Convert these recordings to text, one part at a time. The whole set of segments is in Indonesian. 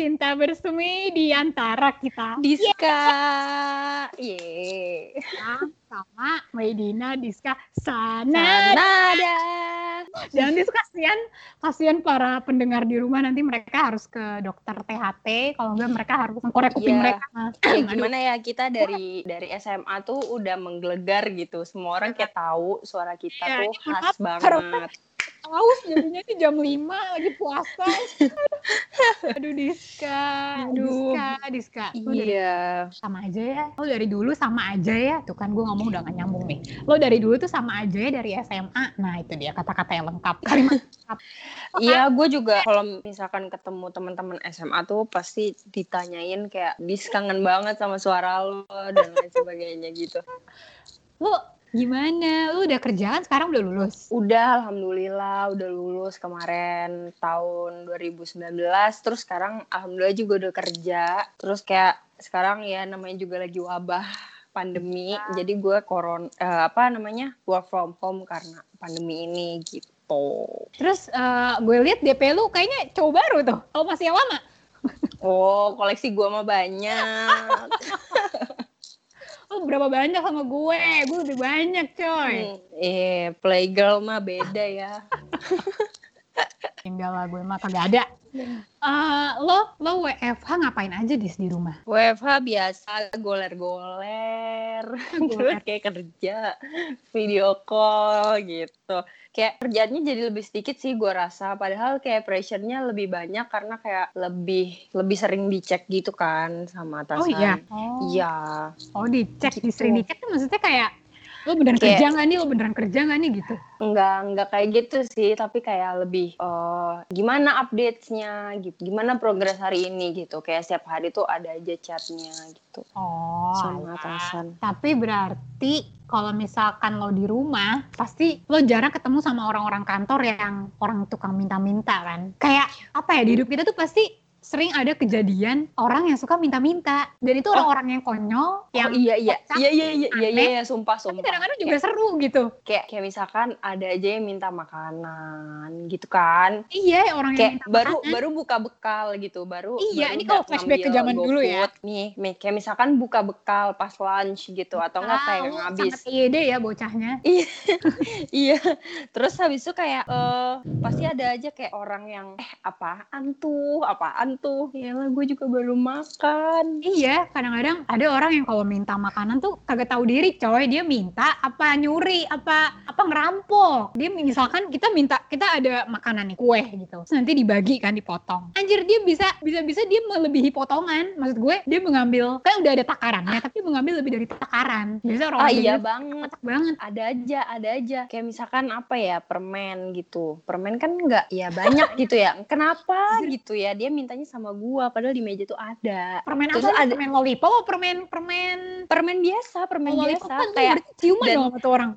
cinta bersemi di antara kita. Diska. Yeay. Sama Medina, Diska, Sanada. Jangan Dis, kasihan para pendengar di rumah, nanti mereka harus ke dokter THT, kalau enggak mereka harus mengkorek kuping mereka. Ya gimana ya, kita dari SMA tuh udah menggelegar gitu. Semua orang kayak tahu suara kita tuh khas banget. Haus jadinya ini jam 5 lagi puasa. Aduh Diska. Iya. Sama aja ya. Lo dari dulu sama aja ya. Tuh kan gue ngomong udah gak nyambung nih. Lo dari dulu tuh sama aja ya dari SMA. Nah itu dia kata-kata yang lengkap. Kalimat lengkap. Iya, gue juga kalau misalkan ketemu teman-teman SMA tuh pasti ditanyain kayak, Dis kangen banget sama suara lo dan lain sebagainya gitu. Lo gimana? Lu udah kerjaan sekarang, udah lulus? Udah, alhamdulillah udah lulus kemarin tahun 2019. Terus sekarang alhamdulillah juga udah kerja. Terus kayak sekarang ya namanya juga lagi wabah pandemi. Jadi gue work from home karena pandemi ini gitu. Terus gue lihat DP lu kayaknya cowok baru tuh. Oh, masih yang lama? Oh, koleksi gue mah banyak. Oh, berapa banyak sama gue? Gue lebih banyak, coy. Playgirl mah beda ya. Enggak lah, gue mah kagak ada. Lo WFH ngapain aja di rumah? WFH biasa goler-goler. Terus kayak kerja, video call gitu. Kayak kerjaannya jadi lebih sedikit sih gue rasa. Padahal kayak pressure-nya lebih banyak karena kayak lebih sering dicek gitu kan sama atasan. Oh iya? Iya. Oh dicek, gitu. sering dicek tuh maksudnya kayak lo beneran kerja nggak nih gitu? Enggak kayak gitu sih, tapi kayak lebih gimana update-nya gitu, gimana progres hari ini gitu, kayak setiap hari tuh ada aja chatnya gitu. Sama atasan. Tapi berarti kalau misalkan lo di rumah, pasti lo jarang ketemu sama orang-orang kantor yang orang tukang minta-minta kan? Kayak apa ya, di hidup kita tuh pasti sering ada kejadian orang yang suka minta-minta, dan itu orang-orang yang konyol, yang iya, sumpah. Tapi kadang-kadang juga seru gitu. Kayak misalkan ada aja yang minta makanan gitu kan. Iya, orang yang minta makanan. Baru buka bekal gitu, Iya, ini kalau flashback ke zaman dulu ya. Nih, kayak misalkan buka bekal pas lunch gitu, atau enggak kayak ngabis. Sangat pede ya bocahnya. Iya. Terus habis itu kayak pasti ada aja kayak orang yang apaan tuh. Yalah, gue juga baru makan. Iya, kadang-kadang ada orang yang kalau minta makanan tuh kagak tahu diri, coy. Dia minta apa nyuri, apa ngerampok. Dia misalkan kita ada makanan nih, kue gitu. Terus nanti dibagi kan, dipotong. Anjir, dia bisa dia melebihi potongan. Maksud gue, dia mengambil, kan udah ada takarannya, tapi mengambil lebih dari takaran. Biasa orang iya banget. Ada aja. Kayak misalkan apa ya, permen gitu. Permen kan enggak ya banyak gitu ya. Kenapa gitu ya? Dia mintanya sama gua, padahal di meja tuh ada. Permen apa? Permen lollipop? Permen biasa. Permen biasa. Kan kayak ciuman dong sama tuh orang.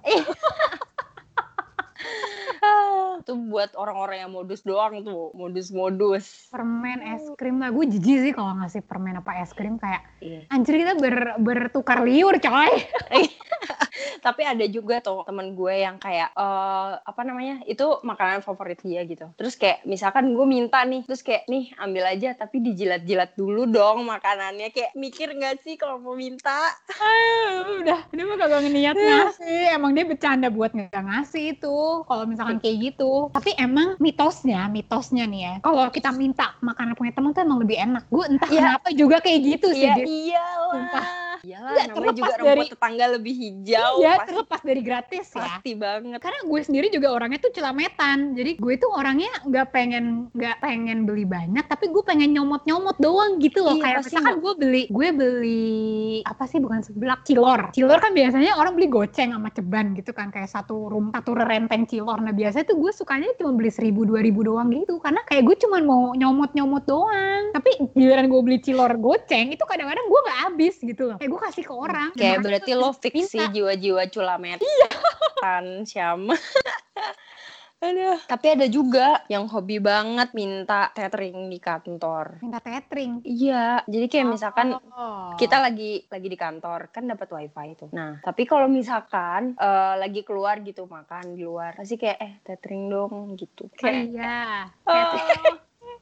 Itu buat orang-orang yang modus doang tuh, modus. Permen es krim lah, gue jijik sih kalau ngasih permen apa es krim, kayak anjir kita bertukar liur, coy. Tapi ada juga tuh temen gue yang kayak itu makanan favorit dia gitu. Terus kayak misalkan gue minta nih, terus kayak nih ambil aja, tapi dijilat-jilat dulu dong makanannya. Kayak mikir nggak sih kalau mau minta? Udah mah kagak ngeniat ngasih. Emang dia bercanda buat nggak ngasih itu kalau misalkan kayak gitu. Tapi emang mitosnya nih ya, kalau kita minta makanan punya teman tuh emang lebih enak. Gue entah kenapa juga kayak gitu sih. Iyalah, namanya juga rumput tetangga lebih hijau. Iya, terlepas dari gratis ya. Pasti banget. Karena gue sendiri juga orangnya tuh celametan. Jadi gue tuh orangnya nggak pengen beli banyak, tapi gue pengen nyomot doang gitu loh. Kayak misalkan gue beli apa sih, bukan seblak, cilor kan biasanya orang beli goceng sama ceban gitu kan, kayak satu renteng cilor. Nah biasanya tuh gue sukanya cuma beli 1.000-2.000 doang gitu, karena kayak gue cuma mau nyomot doang. Tapi giliran gue beli cilor goceng itu kadang-kadang gue nggak habis gitu loh. Kayak gue kasih ke orang. Kayak berarti lo fix sih jiwa-jiwa culametan. Iya. Syama. Aduh. Tapi ada juga yang hobi banget minta tethering di kantor. Minta tethering? Iya. Jadi kayak misalkan kita lagi di kantor kan dapat wifi itu. Nah, tapi kalau misalkan lagi keluar gitu makan di luar, pasti kayak tethering dong gitu. Kayak iya.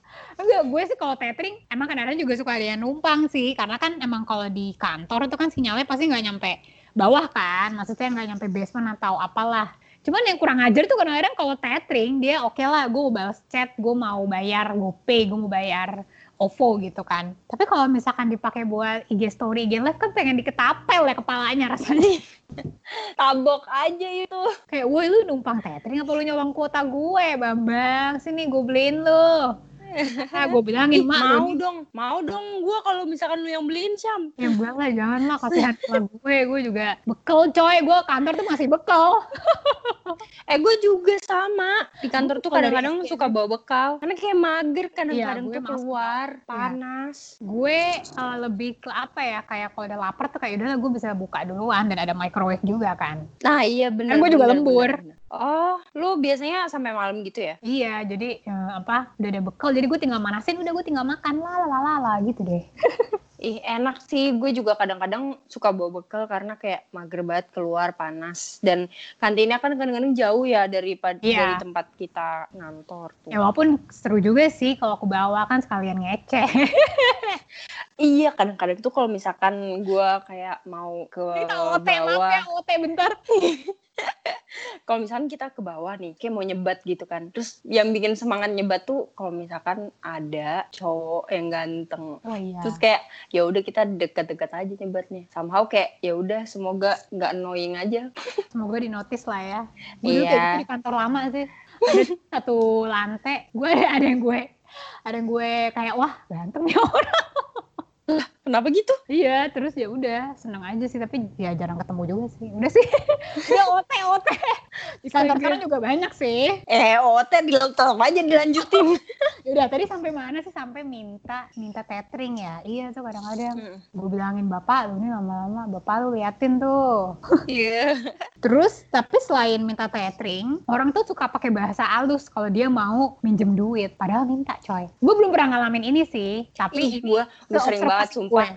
Enggak, gue sih kalau tethering emang kadang-kadang juga suka ada yang numpang sih, karena kan emang kalau di kantor itu kan sinyalnya pasti nggak nyampe bawah kan, maksudnya nggak nyampe basement atau apalah. Cuman yang kurang ajar tuh kadang-kadang kalau tethering dia oke lah, gue mau balas chat, gue mau bayar GoPay, gue mau bayar OVO gitu kan. Tapi kalau misalkan dipakai buat IG story, IG live kan pengen diketapel ya kepalanya rasanya. Tabok aja itu. Kayak, woi lu numpang tethering apa lu nyolong kuota gue, Bambang? Sini gue beliin lu. Nah, gue bilangin, Mak, mau dong gue kalau misalkan lu yang beliin, Syam. Ya enggak lah, jangan lah, kasihan sama gue juga bekal coy, gue kantor tuh masih bekal. Gue juga sama. Di kantor tuh kadang-kadang dari suka bawa bekal. Karena kayak mager kadang-kadang Iya, gue tuh males keluar, banget. panas. Gue lebih ke apa ya, kayak kalau udah lapar tuh kayak udahlah gue bisa buka duluan dan ada microwave juga kan. Nah iya benar. Kan gue juga lembur. Bener. Oh, lu biasanya sampai malam gitu ya? Iya, jadi udah ada bekal, jadi gue tinggal manasin, udah gue tinggal makan lah gitu deh. Ih enak sih, gue juga kadang-kadang suka bawa bekal karena kayak mager banget keluar panas. Dan kantinnya kan kadang-kadang jauh ya dari tempat kita ngantor tuh. Ya walaupun seru juga sih kalau ke bawah kan sekalian ngeceh. Iya kadang-kadang tuh kalau misalkan gue kayak mau ke bawah. Maaf ya, OT bentar. Kalau misalkan kita ke bawah nih, kayak mau nyebat gitu kan. Terus yang bikin semangat nyebat tuh kalau misalkan ada cowok yang ganteng. Oh iya. Terus kayak ya udah kita dekat-dekat aja nyebatnya. Somehow kayak ya udah semoga nggak annoying aja. Semoga di-notice lah ya. Gue dulu kayak gitu di kantor lama sih. Ada satu lantai, ada yang gue kayak wah ganteng nih orang. Lah, kenapa gitu? Iya, terus ya udah seneng aja sih, tapi ya jarang ketemu juga sih. Udah sih, udah OT. Di kantor sekarang juga banyak sih. OT tetap aja dilanjutin. Udah tadi sampai mana sih? Sampai minta tethering ya. Iya tuh kadang-kadang gue bilangin bapak lu nih lama-lama bapak lu liatin tuh. Iya. Terus tapi selain minta tethering, orang tuh suka pakai bahasa halus kalau dia mau minjem duit. Padahal minta coy. Gue belum pernah ngalamin ini sih, tapi gue sering banget sumpah.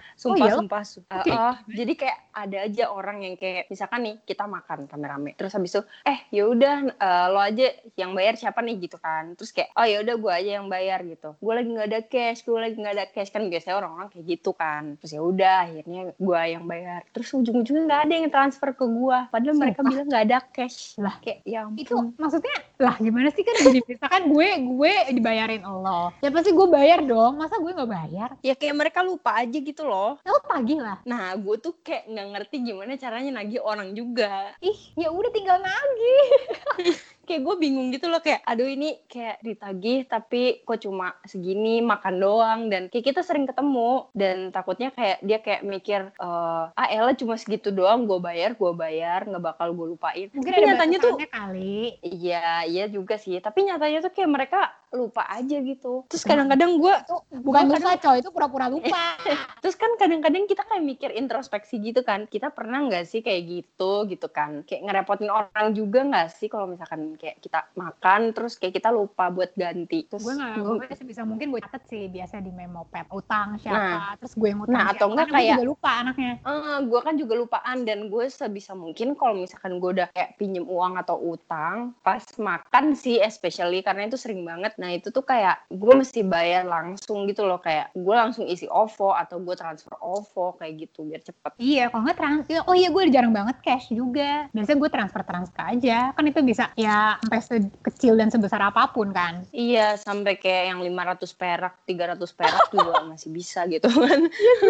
Jadi kayak ada aja orang yang kayak misalkan nih kita makan rame-rame. Terus habis itu ya udah lo aja yang bayar siapa nih gitu kan. Terus kayak oh ya udah gue aja yang bayar gitu. Gue lagi nggak ada cash kan biasanya orang-orang kayak gitu kan. Terus ya udah akhirnya gue yang bayar. Terus ujung-ujungnya nggak ada yang transfer ke gue. Padahal mereka bilang nggak ada cash. Lah kayak ya ampun. Itu maksudnya lah gimana sih kan misalkan gue dibayarin Allah. Ya pasti gue bayar dong. Masa gue nggak bayar? Ya kayak mereka lupa aja gitu loh. Lo tagih lah. Nah gue tuh kayak nggak ngerti gimana caranya nagih orang juga. Ya udah tinggal nagih. Kayak gue bingung gitu loh, kayak aduh ini kayak ditagih tapi kok cuma segini makan doang. Dan kayak kita sering ketemu dan takutnya kayak dia kayak mikir elah cuma segitu doang gue bayar nggak bakal gue lupain. Mungkin tapi ada nyatanya tuh kali. Iya juga sih, tapi nyatanya tuh kayak mereka lupa aja gitu. Terus kadang-kadang gue bukan dosa coy, itu pura-pura lupa. Terus kan kadang-kadang kita kayak mikir introspeksi gitu kan, kita pernah nggak sih kayak gitu kan, kayak ngerepotin orang juga nggak sih kalau misalkan kayak kita makan terus kayak kita lupa buat ganti. Terus gue sebisa mungkin gue catet sih biasa di memo pet utang siapa, terus gue ngutang siapa. Atau enggak kayak gue juga lupa anaknya. Gue kan juga lupaan dan gue sebisa mungkin kalau misalkan gue udah kayak pinjem uang atau utang pas makan sih especially karena itu sering banget. Nah itu tuh kayak gue mesti bayar langsung gitu loh, kayak gue langsung isi OVO atau gue transfer OVO kayak gitu biar cepet. Iya, kalau nggak transfer, gue jarang banget cash juga. Biasanya gue transfer aja, kan itu bisa ya sampai sekecil dan sebesar apapun kan. Iya, sampai kayak yang 500 perak, 300 perak juga masih bisa gitu kan.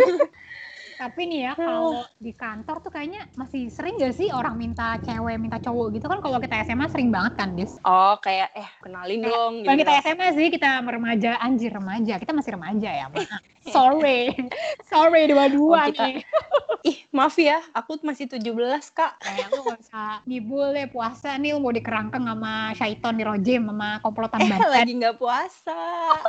Tapi nih ya, kalau di kantor tuh kayaknya masih sering gak sih orang minta cewek, minta cowok gitu kan. Kalau kita SMA sering banget kan, Dis? Oh, kayak kenalin dong. Kalau kita SMA sih, kita remaja. Kita masih remaja ya. Sorry, dua-dua nih. Maaf ya, aku masih 17, Kak. Lu gak bisa ngibul deh, puasa nih lu mau dikerangkeng sama syaiton di rojim, sama komplotan bantet. Lagi gak puasa.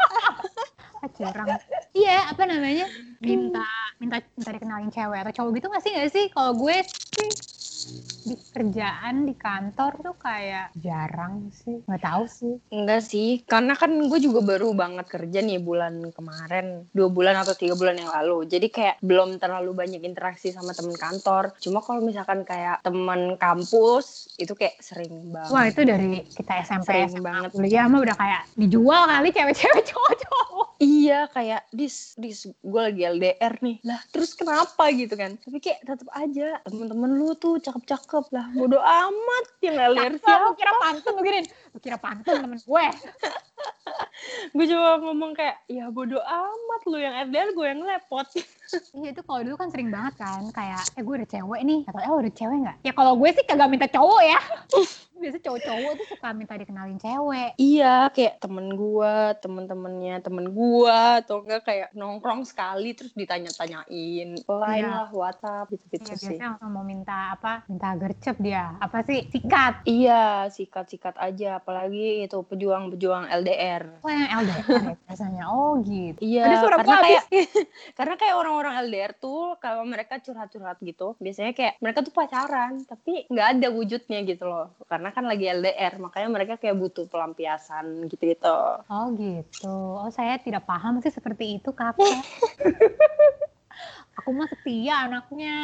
Curang. Iya, apa namanya? Minta dikenalin cewek atau cowok gitu nggak sih? Kalau gue sih di kerjaan di kantor tuh kayak jarang sih, nggak tahu sih. Enggak sih, karena kan gue juga baru banget kerja nih bulan kemarin, 2 bulan atau 3 bulan yang lalu. Jadi kayak belum terlalu banyak interaksi sama temen kantor. Cuma kalau misalkan kayak temen kampus itu kayak sering banget. Wah itu dari kita SMP sering banget. Kuliah mah udah kayak dijual kali cewek-cewek cowok-cowok. Iya, kayak dis gue lagi LDR nih. Lah, terus kenapa gitu kan? Tapi kayak tetap aja temen-temen lu tuh cakep-cakep lah. Bodo amat yang LDR Cakep, lu kira siapa? pantun lu gini. Lu kira pantun temen gue. Gue cuma ngomong kayak, ya bodo amat lu yang LDR, gue yang repot. Iya itu kalau dulu kan sering banget kan kayak gue udah cewek nih atau udah cewek nggak? Ya kalau gue sih kagak minta cowok ya. Biasa cowok-cowok tuh suka minta dikenalin cewek. Iya, kayak temen gue, temen-temennya temen gue, atau enggak kayak nongkrong sekali terus ditanya-tanyain. Lain Iya. lah, WhatsApp gitu-gitu Iya sih. biasanya langsung mau minta apa? Minta gercep dia. Apa sih? Sikat. Iya, sikat-sikat aja. Apalagi itu pejuang-pejuang LDR. Oh yang LDR ya biasanya. Oh gitu. Iya, Ada suara karena gua habis. kayak karena kayak orang-orang LDR tuh kalau mereka curhat-curhat gitu, biasanya kayak mereka tuh pacaran, tapi nggak ada wujudnya gitu loh. Karena kan lagi LDR, makanya mereka kayak butuh pelampiasan gitu-gitu. Oh gitu. Oh saya tidak paham sih seperti itu kakak. Aku mah setia anaknya.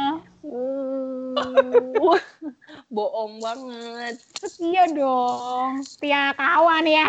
Bohong banget. Setia dong. Setia kawan ya.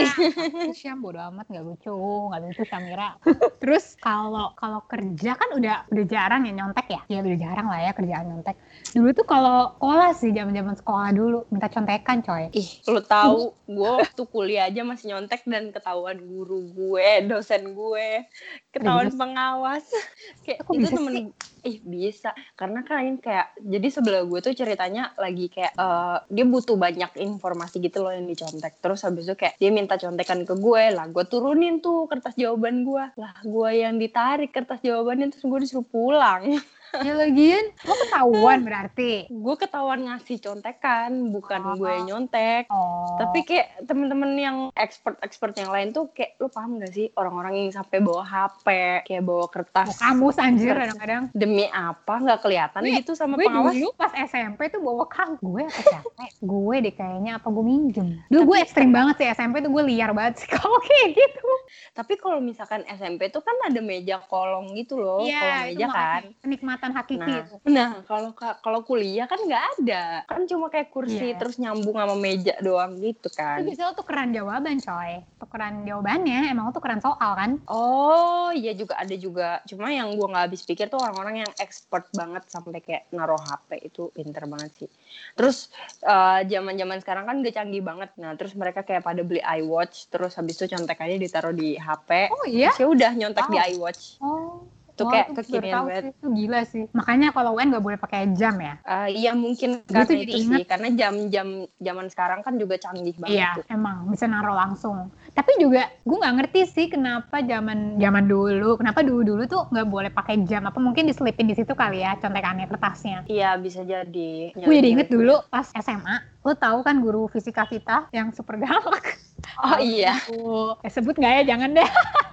Syam bodo amat nggak lucu Syamira. Terus kalau kerja kan udah jarang ya nyontek ya. Ya udah jarang lah ya kerjaan nyontek. Dulu tuh kalau sekolah sih zaman sekolah dulu minta contekan coy. Ih, lo tahu gue waktu kuliah aja masih nyontek dan ketahuan guru gue, dosen gue, ketahuan pengawas. Kayak Kok itu bisa temen sih? bisa karena kan kayak jadi sebelah gue tuh ceritanya lagi kayak dia butuh banyak informasi gitu loh yang dicontek, terus habis itu kayak dia minta contekan ke gue lah, gue turunin tuh kertas jawaban gue lah, gue yang ditarik kertas jawabannya terus gue disuruh pulang. Ya lagian lo ketahuan berarti. Gue ketahuan ngasih contekan, bukan gue yang nyontek. Oh. Tapi kayak temen-temen yang expert yang lain tuh kayak lo paham gak sih orang-orang yang sampai bawa HP, kayak bawa kertas. Mau kamus anjir kadang-kadang. Demi apa nggak kelihatan gitu sama pengawas? Gue dulu pas SMP tuh bawa kamus. Gue apa siapa? Gue deh kayaknya apa gue minjem. Dulu gue ekstrim banget sih SMP tuh, gue liar banget sih kalau kayak gitu. Tapi kalau misalkan SMP tuh kan ada meja kolong gitu loh, kolong meja kan. Kenikmatan hakiki itu. Nah kalau kuliah kan nggak ada, kan cuma kayak kursi terus nyambung sama meja doang gitu kan. Itu biasanya tukeran jawaban coy, tukeran jawabannya emang tukeran soal kan. Oh iya juga ada juga, cuma yang gue nggak habis pikir tuh orang-orang yang expert banget sampai kayak naruh HP, itu pinter banget sih. Terus zaman-zaman sekarang kan udah canggih banget, nah terus mereka kayak pada beli iWatch, terus habis itu contekannya ditaruh di HP. Oh iya? Terus ya udah nyontek di iWatch. Oh. Itu kayak kekinian banget. Itu gila sih. Makanya kalau UN nggak boleh pakai jam ya? Iya mungkin karena itu sih. Karena jam zaman sekarang kan juga canggih banget. Iya, emang bisa naruh langsung. Tapi juga gue nggak ngerti sih kenapa zaman dulu tuh nggak boleh pakai jam. Apa mungkin diselipin di situ kali ya contekannya kertasnya? Iya bisa jadi. Gue jadi inget dulu pas SMA. Lo tahu kan guru fisika kita yang super galak. Oh iya. Sebut nggak ya? Jangan deh.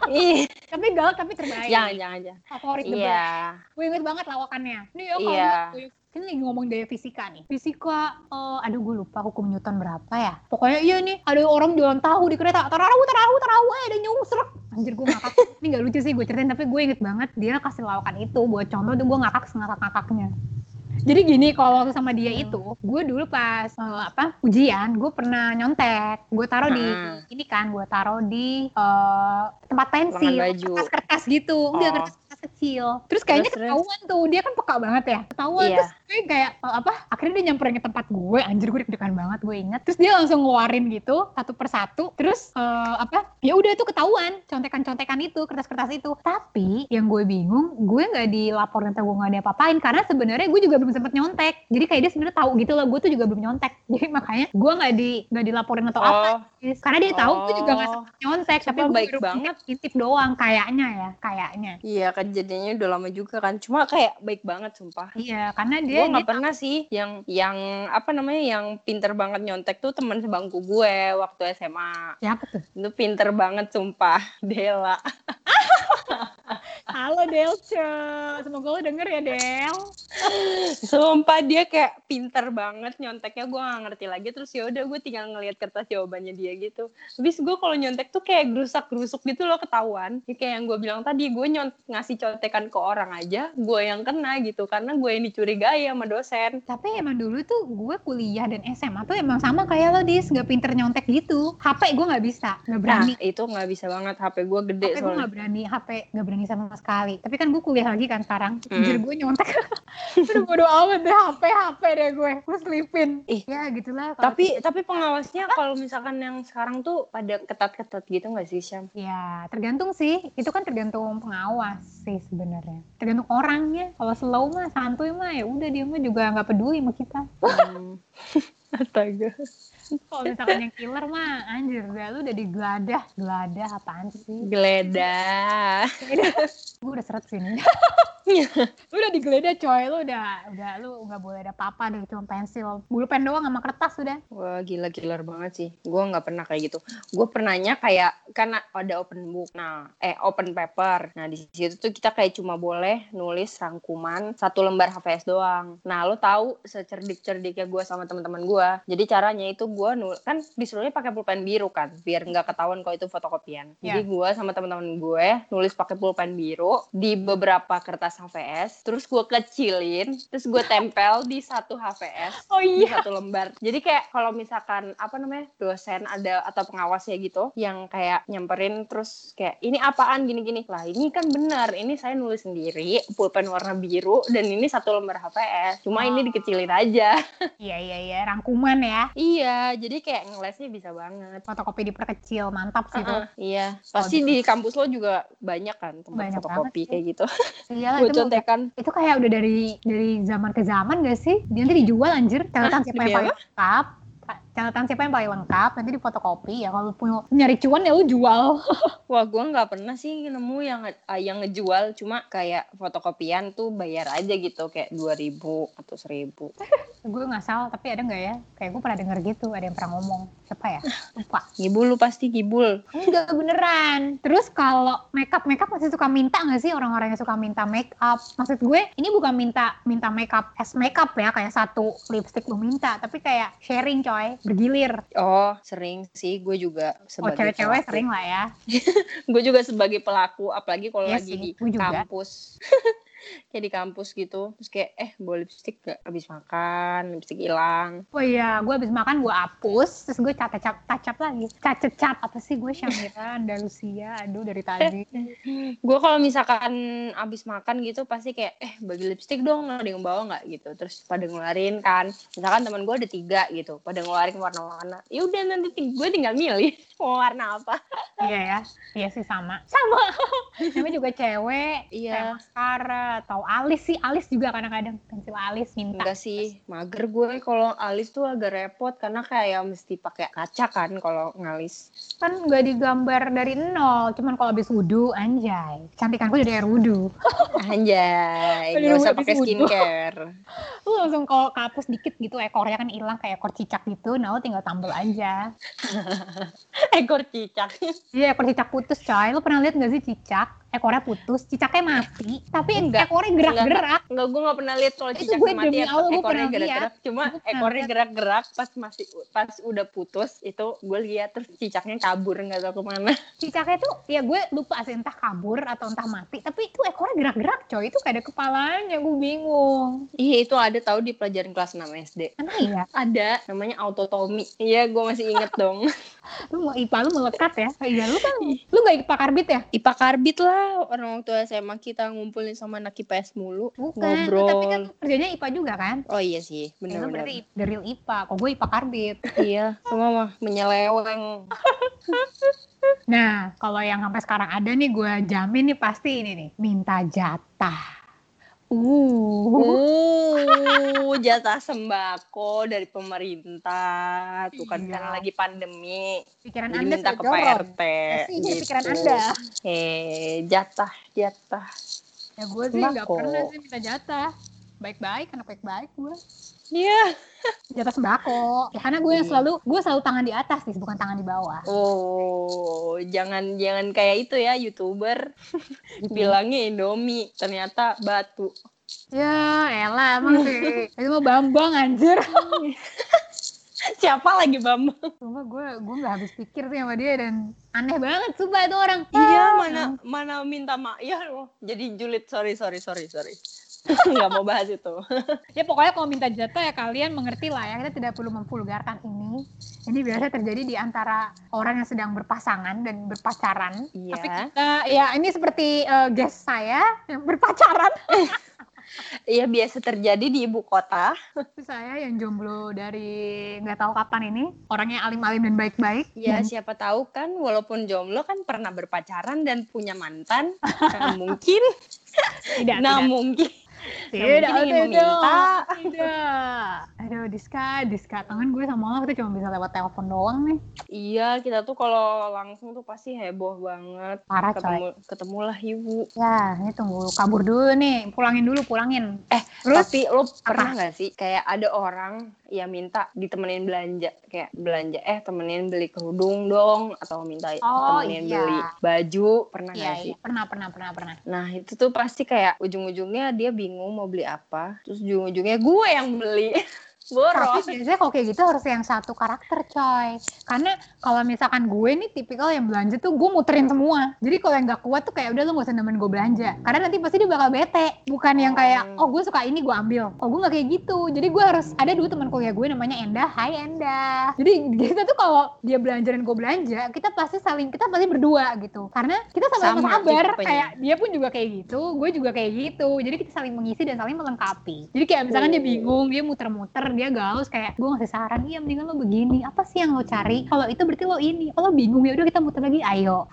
Tapi galak tapi terbaik. Jangan. Favorit the best. Gue inget banget lawakannya. Nih ya kalau ini lagi ngomong gaya fisika nih. Fisika, aduh gue lupa hukum Newton berapa ya. Pokoknya iya nih, ada orang jualan tahu di kereta. Tarahu, ada nyungsrek. Anjir gue ngakak. Ini gak lucu sih gue ceritain, tapi gue inget banget dia kasih lawakan itu buat contoh, tuh gue ngakak sengakak-ngakaknya. Jadi gini, kalau waktu sama dia itu, gue dulu pas ujian, gue pernah nyontek. Gue taruh di ini kan, gue taruh di tempat pensil, kertas gitu, udah kertas kecil. Terus kayaknya ketahuan tuh, dia kan peka banget ya. Ketahuan terus gue kayak akhirnya dia nyamperin ke tempat gue. Anjir gue deg-degan banget, gue ingat. Terus dia langsung ngeluarin gitu satu persatu. Terus ya udah itu ketahuan contekan-contekan itu, kertas-kertas itu. Tapi yang gue bingung, gue nggak dilaporin atau gue nggak diapa-apain karena sebenarnya gue juga belum sempet nyontek. Jadi kayak dia sebenarnya tahu gitu loh, gue tuh juga belum nyontek. Jadi makanya gue nggak dilaporin atau apa. Karena dia tahu gue juga nggak sempet nyontek. Tapi gue baik banget. Intip doang kayaknya. Iya kejadiannya udah lama juga kan. Cuma kayak baik banget sumpah. Iya karena dia gue nggak pernah sih yang yang pinter banget nyontek tuh teman sebangku gue waktu SMA. Siapa tuh? Itu pinter banget sumpah, Dela. Halo Delce, semoga lo denger ya Del. Sumpah dia kayak pinter banget nyonteknya, gue gak ngerti lagi. Terus ya udah gue tinggal ngeliat kertas jawabannya dia gitu. Habis gue kalau nyontek tuh kayak gerusak-gerusuk gitu loh, ketahuan. Ya, kayak yang gue bilang tadi, gue ngasih contekan ke orang aja, gue yang kena gitu. Karena gue yang dicurigai sama dosen. Tapi emang dulu tuh gue kuliah dan SMA tuh emang sama kayak lo Dis, gak pinter nyontek gitu. HP gue gak bisa, gak berani. Nah itu gak bisa banget, HP gue gede HP gue soalnya. gak berani, HP gak berani sama sekali. Tapi kan gue kuliah lagi kan sekarang, anjir gue nyontek. Udah bodo amat deh, HP deh gue selipin. Ya gitulah. Tapi pengawasnya kalau misalkan yang sekarang tuh pada ketat-ketat gitu gak sih, Syam? Ya tergantung sih, itu kan tergantung pengawas sih sebenarnya. Tergantung orangnya. Kalau slow mah, santuy mah ya udah dia mah juga nggak peduli sama kita. Astaga. Kalau misalkan yang killer mah anjir lu udah digeladah apaan sih? Geledah. Gue udah seret sini. Lu udah digeledah coy, lu nggak boleh ada apa-apa deh, cuma pensil, pulpen doang sama kertas udah. Wah gila banget sih, gue nggak pernah kayak gitu. Gue pernahnya kayak karena ada open book, open paper. Nah di situ tuh kita kayak cuma boleh nulis rangkuman 1 lembar HVS doang. Nah lo tahu secerdik-cerdiknya gue sama teman-teman gue. Jadi caranya itu gue kan disuruhnya pakai pulpen biru kan, biar nggak ketahuan kalau itu fotokopian. Jadi gue sama teman-teman gue nulis pakai pulpen biru di beberapa kertas HVS, terus gue kecilin, terus gue tempel di 1 HVS, di 1 lembar. Jadi kayak kalau misalkan dosen ada atau pengawasnya gitu yang kayak nyamperin terus kayak ini apaan gini-gini, lah ini kan benar, ini saya nulis sendiri pulpen warna biru dan ini 1 lembar HVS, cuma ini dikecilin aja. Iya, rangkuman ya. Iya, jadi kayak ngelesnya bisa banget. Fotokopi diperkecil, mantap sih tuh. Iya, pasti di kampus lo juga banyak kan tempat fotokopi kayak gitu. Iyalah, itu kayak udah dari zaman ke zaman gak sih? Dia nanti dijual anjir, catatan siapa yang paling lengkap. Catatan siapa yang paling lengkap nanti difotokopi ya, kalau punya nyari cuan ya lu jual. Wah gue nggak pernah sih nemu yang ngejual, cuma kayak fotokopian tuh bayar aja gitu kayak 2.000 atau 1.000. Gue nggak salah tapi ada nggak ya, kayak gue pernah denger gitu, ada yang pernah ngomong, siapa ya, lupa. Gibul lu pasti gibul. Enggak, beneran. Terus kalau makeup masih suka minta nggak sih orang-orang yang suka minta makeup? Maksud gue ini bukan minta makeup as makeup ya, kayak 1 lipstick lu minta, tapi kayak sharing coy, bergilir. Oh sering sih, gue juga sebagai cewek-cewek sering lah ya. Gue juga sebagai pelaku, apalagi kalau lagi sih, di kampus. Kayak di kampus gitu, terus kayak bawa lipstick gak? Abis makan lipstick hilang. Oh iya, gue abis makan gue hapus, terus gue touch up lagi. Cat apa sih gue, Syamira Andalusia, aduh dari tadi. Gue kalau misalkan abis makan gitu pasti kayak bagi lipstick dong, ada yang bawa nggak gitu, terus pada ngeluarin kan. Misalkan teman gue ada 3 gitu, pada ngeluarin warna-warna. Ya udah nanti gue tinggal milih mau warna apa. Iya sih sama. Namanya juga cewek, kayak maskara atau alis juga kadang-kadang, pensil alis minta. Enggak sih, mager gue kalau alis tuh agak repot karena kayak mesti pakai kaca kan kalau ngalis. Kan nggak digambar dari nol, cuman kalau habis wudu, anjay, cantikanku jadi air wudu. Anjay, nggak usah pakai skincare. Lu langsung kalau kapus dikit gitu, ekornya kan hilang kayak ekor cicak gitu, nah lu tinggal tambel aja. Ekor cicak. Iya, ekor cicak putus coy. Lu pernah lihat nggak sih cicak? Ekornya putus, cicaknya mati, tapi ekornya gerak-gerak. Enggak, gue nggak pernah lihat kalau cicaknya mati atau ekornya gerak-gerak. Cuma ekornya gerak-gerak pas udah putus itu gue lihat, terus cicaknya kabur nggak tahu kemana. Cicaknya tuh ya gue lupa sih, entah kabur atau entah mati, tapi itu ekornya gerak-gerak coy. Itu kayak ada kepalanya, gue bingung. Iya, itu ada tahu di pelajaran kelas 6 SD. Emang iya? Ada, namanya autotomi. Iya, gue masih inget dong. Lu mau IPA lu melekat ya? Iya, lu kan lu nggak IPA karbit ya? IPA karbit lah, orang waktu SMA kita ngumpulin sama anak IPS mulu. Bukan, ngobrol. Tapi kan kerjanya IPA juga kan? Oh iya sih, benar-benar. Berarti dari IPA, kok gue IPA karbit. Iya, semua mah menyeleweng. Nah, kalau yang sampai sekarang ada nih, gue jamin nih pasti ini nih, minta jatah. Jatah sembako dari pemerintah. Tuh kan karena lagi pandemi. Pikiran jadi Anda minta ke jorong. PRT. Gitu. Pikiran Anda. Jatah. Ya gue sih nggak pernah sih minta jatah. Baik-baik, anak baik-baik gue. Iya. Jatah sembako. Ya karena gue selalu tangan di atas sih, bukan tangan di bawah. Oh, jangan kayak itu ya, YouTuber. Bilangnya Indomie, ternyata batu. Ya, elah emang sih. Itu mah Bambang anjir. Siapa lagi Bambang? Sumpah gue nggak habis pikir sih sama dia dan aneh banget sumpah itu orang. Iya, mana minta maaf. Ya, jadi julid. Sorry. Nggak mau bahas itu. Ya pokoknya kalau minta jatah ya kalian mengerti lah ya, kita tidak perlu memvulgarkan ini. Ini biasa terjadi di antara orang yang sedang berpasangan dan berpacaran. Iya. Tapi kita ya ini seperti guest saya yang berpacaran. Iya, biasa terjadi di ibu kota. Saya yang jomblo dari nggak tahu kapan ini, orangnya alim-alim dan baik-baik. Ya, siapa tahu kan, walaupun jomblo kan pernah berpacaran dan punya mantan. Nah, mungkin. Mungkin. Tidak. Meminta. Tidak. Aduh, Diska, kangen gue sama lo, kita cuma bisa lewat telepon doang nih. Iya, kita tuh kalau langsung tuh pasti heboh banget. Parah coy. Ketemulah ibu. Ya, ini tunggu kabur dulu nih, pulangin. Terus, tapi lo pernah nggak sih kayak ada orang yang minta ditemenin belanja, kayak belanja, temenin beli kerudung dong, atau minta temenin beli baju, pernah nggak sih? Pernah. Nah itu tuh pasti kayak ujung-ujungnya dia bingung mau beli apa, terus ujung-ujungnya gue yang beli. Boros. Tapi biasanya kalau kayak gitu harus yang satu karakter coy. Karena kalau misalkan gue nih tipikal yang belanja tuh gue muterin semua. Jadi kalau yang gak kuat tuh kayak udah lo gak usah nemenin gue belanja. Karena nanti pasti dia bakal bete. Bukan yang kayak gue suka ini gue ambil. Gue gak kayak gitu. Jadi gue harus ada dulu teman kuliah gue namanya Enda. Hai Enda. Jadi kita tuh kalau dia belanja dan gue belanja, kita pasti berdua gitu. Karena kita sama-sama sabar. Kayak dia pun juga kayak gitu, gue juga kayak gitu. Jadi kita saling mengisi dan saling melengkapi. Jadi kayak misalkan dia bingung, dia muter-muter, dia gaus kayak gue ngasih saran, iya mendingan lo begini, apa sih yang lo cari, kalau itu berarti lo ini, kalau bingung ya udah kita muter lagi, ayo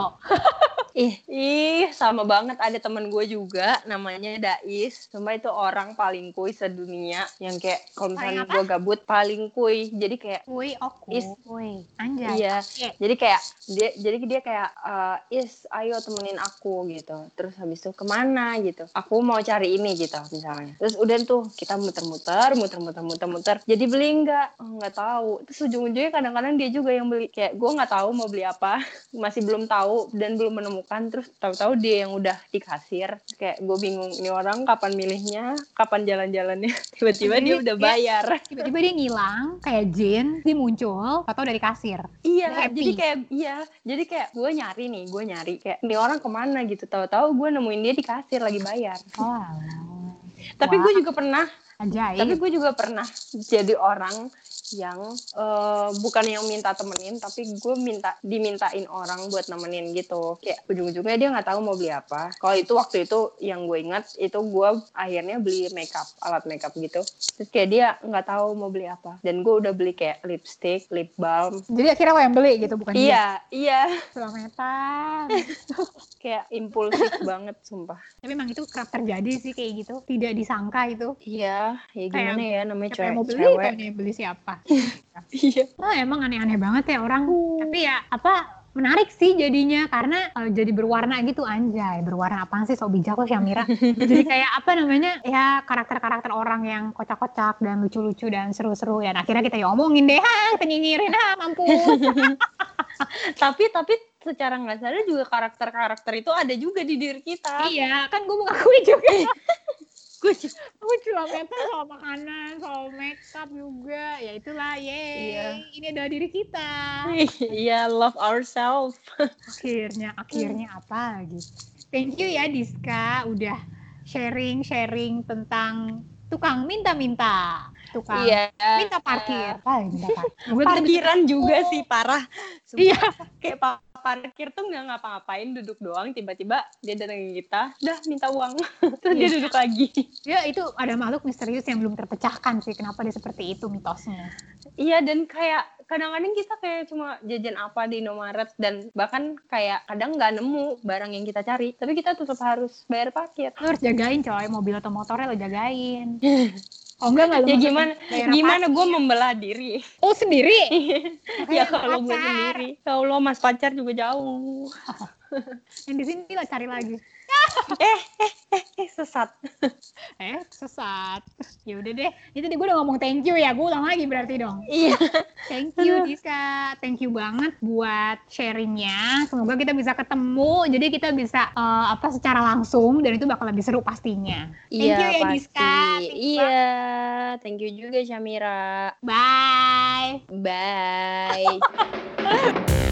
sama banget. Ada temen gue juga namanya Dais, sumpah itu orang paling kuy sedunia, yang kayak kalau misalnya gue gabut paling kuy, jadi kayak kuy anjay. Iya, jadi kayak dia kayak ayo temenin aku gitu, terus habis itu kemana gitu, aku mau cari ini gitu misalnya, terus udah tuh kita muter-muter, jadi beli nggak tahu, terus ujung-ujungnya kadang-kadang dia juga yang beli, kayak gue nggak tahu mau beli apa, masih belum tahu dan belum menemukan, terus tahu-tahu dia yang udah di kasir, kayak gue bingung ini orang kapan milihnya, kapan jalan-jalannya, tiba-tiba dia udah bayar, tiba-tiba dia ngilang kayak jin, dia muncul atau dari kasir. Iya, jadi kayak gue nyari kayak ini orang kemana gitu, tahu-tahu gue nemuin dia di kasir lagi bayar. Tapi gue juga pernah jadi orang yang bukan yang minta temenin, tapi gue dimintain orang buat nemenin gitu, kayak ujung-ujungnya dia nggak tahu mau beli apa. Kalau itu waktu itu yang gue ingat itu gue akhirnya beli alat makeup gitu, terus kayak dia nggak tahu mau beli apa, dan gue udah beli kayak lipstick, lip balm, jadi akhirnya lo yang beli gitu, bukan dia? Iya Selametan. kayak impulsif banget sumpah. Tapi emang itu kerap terjadi sih kayak gitu, tidak disangka itu. Iya, ya gimana ya, namanya cewek. Yang beli siapa? Iya. Emang aneh-aneh banget ya orang. Tapi ya menarik sih jadinya, karena jadi berwarna gitu, anjay. Berwarna apaan sih, so bijak lo Syamira. Jadi kayak ya karakter-karakter orang yang kocak-kocak dan lucu-lucu dan seru-seru, dan akhirnya kita ya omongin deh, kita nyinyirin, mampus. Tapi secara nggak sadar juga karakter-karakter itu ada juga di diri kita. Iya, kan gue mengakui juga. Gue cuma soal makanan, soal makeup juga, ya itulah, ini adalah diri kita. Iya, love ourselves. Akhirnya apa lagi? Thank you ya Diska, udah sharing tentang tukang minta-minta, tukang minta parkir. Parkiran juga sih parah. Iya, kayak parkir tuh nggak ngapa-ngapain, duduk doang, tiba-tiba dia datang ke kita, dah minta uang, terus dia duduk lagi. Ya itu ada makhluk misterius yang belum terpecahkan sih, kenapa dia seperti itu mitosnya. Iya, dan kayak kadang-kadang kita kayak cuma jajan apa di Indomaret, dan bahkan kayak kadang nggak nemu barang yang kita cari, tapi kita tetap harus bayar parkir. Lo harus jagain coy, mobil atau motornya lo jagain. Oh enggak ya gimana gue membelah diri. Oh sendiri? Ya kalau gue sendiri. Ya Allah, mas pacar juga jauh. Yang di sini lah cari lagi. Sesat. Sesat. Ya udah deh. Itu gue udah ngomong thank you ya. Gue ulang lagi berarti dong. Iya. Thank you Diska. Thank you banget buat sharingnya. Semoga kita bisa ketemu. Jadi kita bisa secara langsung dan itu bakal lebih seru pastinya. Thank you ya pasti. Diska. Iya. Thank you juga Syamira. Bye. Bye.